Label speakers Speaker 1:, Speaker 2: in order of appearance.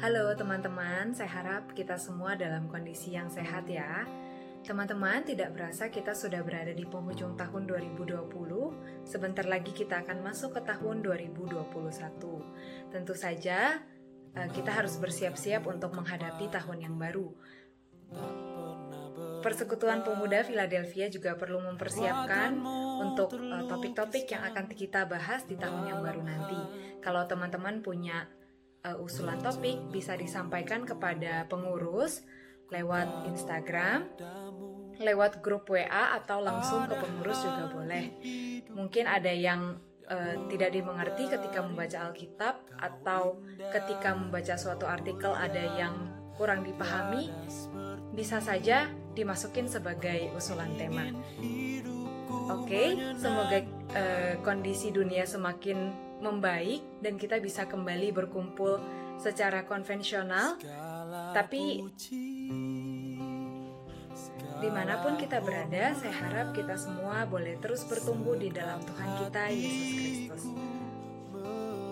Speaker 1: Halo teman-teman, saya harap kita semua dalam kondisi yang sehat ya. Teman-teman, tidak berasa kita sudah berada di penghujung tahun 2020. Sebentar lagi kita akan masuk ke tahun 2021. Tentu saja kita harus bersiap-siap untuk menghadapi tahun yang baru. Persekutuan Pemuda Philadelphia juga perlu mempersiapkan untuk topik-topik yang akan kita bahas di tahun yang baru nanti. Kalau teman-teman punya usulan topik, bisa disampaikan kepada pengurus lewat Instagram, lewat grup WA, atau langsung ke pengurus juga boleh. Mungkin ada yang tidak dimengerti ketika membaca Alkitab, atau ketika membaca suatu artikel ada yang kurang dipahami, bisa saja dimasukin sebagai usulan tema. Oke, semoga kondisi dunia semakin membaik dan kita bisa kembali berkumpul secara konvensional. Tapi dimanapun kita berada, saya harap kita semua boleh terus bertumbuh di dalam Tuhan kita, Yesus Kristus.